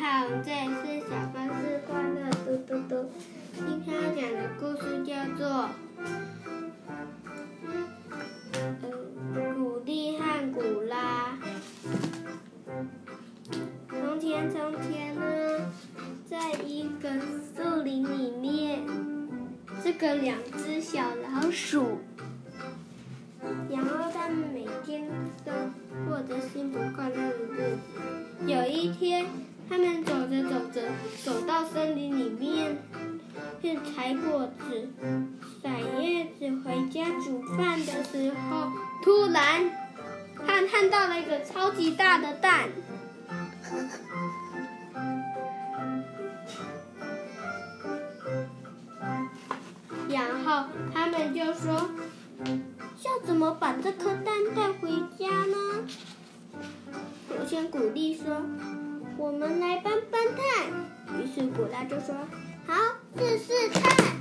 好，这里是小巴士快乐嘟嘟嘟。今天要讲的故事叫做古丽和古拉。从前呢，在一个树林里面，这个2只小老鼠，然后它们每天都过着幸福快乐的日子。有一天，他们走着走着，走到森林里面去采果子、采叶子，回家煮饭的时候，突然他们看到了一个超级大的蛋。然后他们就说：“要怎么把这颗蛋带回家呢？”首先古丽说：“我们来搬搬看。”于是古拉就说：“好，试试看。”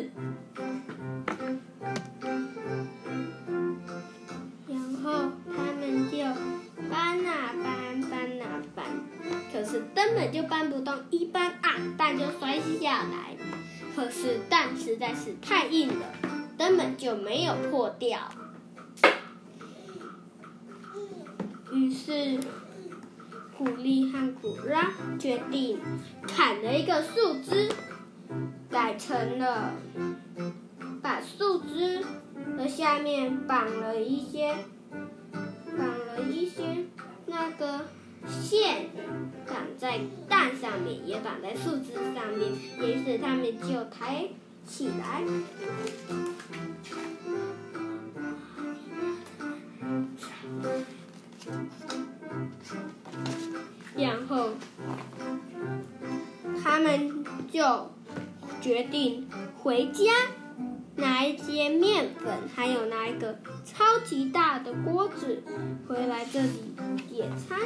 然后他们就搬啊搬，搬啊搬，可是根本就搬不动，一搬啊，蛋就摔下来。可是蛋实在是太硬了，根本就没有破掉。于是古丽和古拉决定砍了一个树枝，改成了把树枝的下面绑了一些那个线，绑在蛋上面，也绑在树枝上面。于是他们就抬起来。然后他们就决定回家拿一些面粉，还有拿一个超级大的锅子回来这里野餐。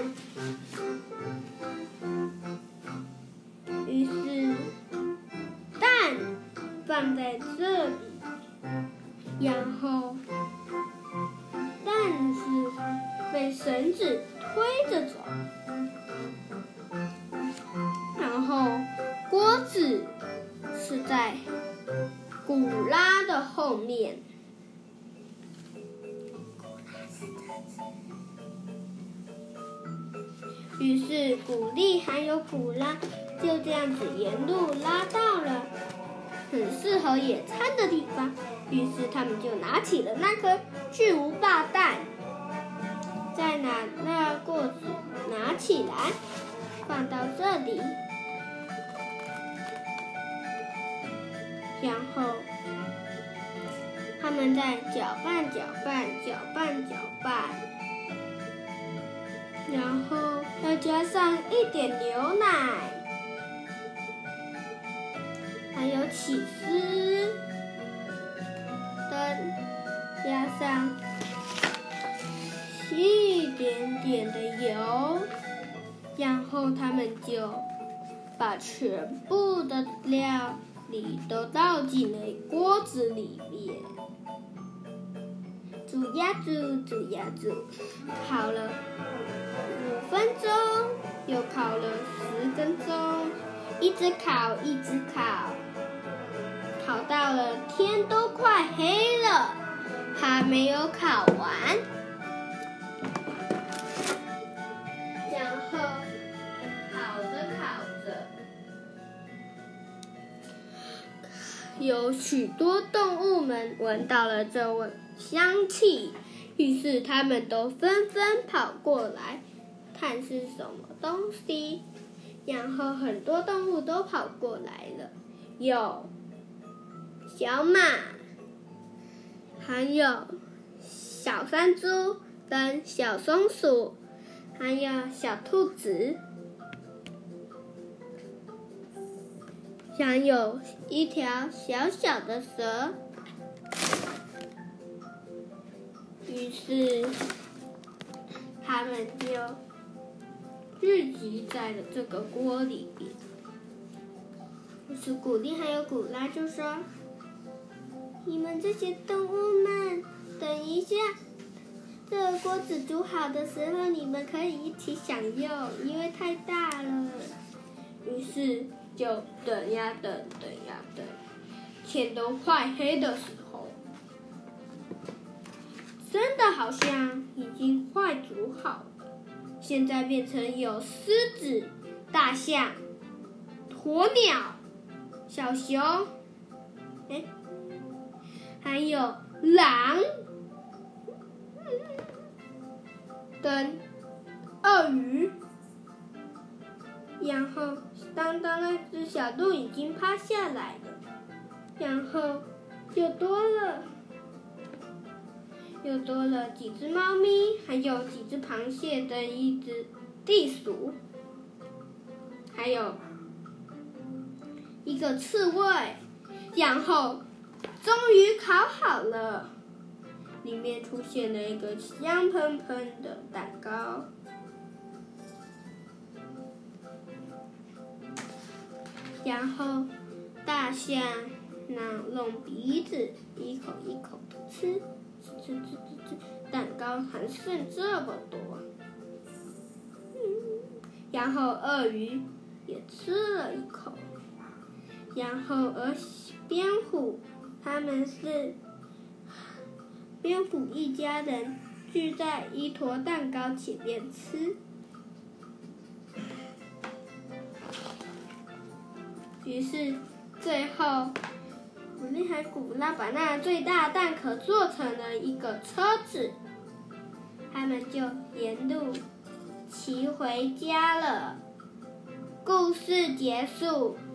于是蛋放在这里，然后蛋是被绳子推着走，然后锅子是在古拉的后面。于是古丽还有古拉就这样子沿路拉到了很适合野餐的地方。于是他们就拿起了那颗巨无霸蛋，再拿那锅子拿起来放到这里，然后他们再搅拌搅拌搅拌搅拌，然后要加上一点牛奶，还有起司，加上一点点的油，然后他们就把全部的料理都倒进了锅子里面，煮呀煮，煮呀煮，烤了5分钟，又烤了10分钟，一直烤一直烤，烤到了天都快黑了，还没有烤完。然后烤着烤着，有许多动物们闻到了这味香气，于是他们都纷纷跑过来看是什么东西。然后很多动物都跑过来了，有小马，还有小山猪跟小松鼠，还有小兔子，还有一条小小的蛇。于是他们就聚集在了这个锅里面。于是古丽还有古拉就说：“你们这些动物们，等一下，这个锅子煮好的时候，你们可以一起享用，因为太大了。” 于是就等呀等，等呀等，天都快黑的时候，真的好像已经快煮好了。现在变成有狮子、大象、鸵鸟、小熊，还有狼，跟鳄鱼。然后，当那只小鹿已经趴下来了，然后又多了几只猫咪，还有几只螃蟹跟一只地鼠，还有一个刺猬。然后终于烤好了，里面出现了一个香喷喷的蛋糕。然后大象弄鼻子一口一口的吃，蛋糕还剩这么多。然后鳄鱼也吃了一口。然后蝙蝠，他们是蝙蝠一家人聚在一坨蛋糕前面吃。于是最后，古丽和古拉把那最大蛋壳做成了一个车子，他们就沿路骑回家了。故事结束。